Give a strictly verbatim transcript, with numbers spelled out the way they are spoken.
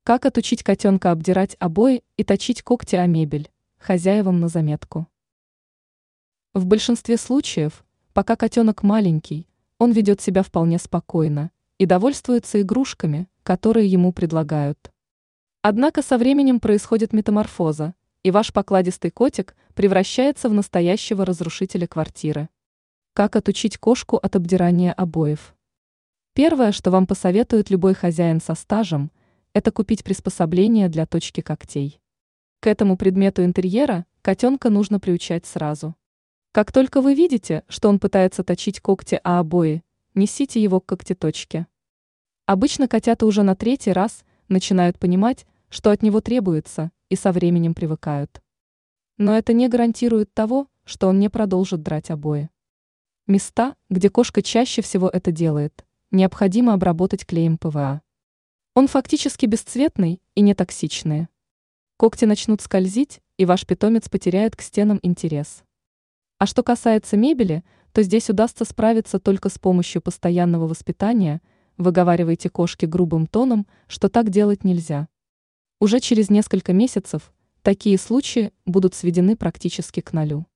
Как отучить котенка обдирать обои и точить когти о мебель? Хозяевам на заметку. В большинстве случаев, пока котенок маленький, он ведет себя вполне спокойно и довольствуется игрушками, которые ему предлагают. Однако со временем происходит метаморфоза, и ваш покладистый котик превращается в настоящего разрушителя квартиры. Как отучить кошку от обдирания обоев? Первое, что вам посоветует любой хозяин со стажем, это купить приспособление для точки когтей. К этому предмету интерьера котенка нужно приучать сразу. Как только вы видите, что он пытается точить когти о обои, несите его к когтеточке. Обычно котята уже на третий раз начинают понимать, что от него требуется, и со временем привыкают. Но это не гарантирует того, что он не продолжит драть обои. Места, где кошка чаще всего это делает, необходимо обработать клеем пэ вэ а. Он фактически бесцветный и не токсичный. Когти начнут скользить, и ваш питомец потеряет к стенам интерес. А что касается мебели, то здесь удастся справиться только с помощью постоянного воспитания. Выговаривайте кошке грубым тоном, что так делать нельзя. Уже через несколько месяцев такие случаи будут сведены практически к нулю.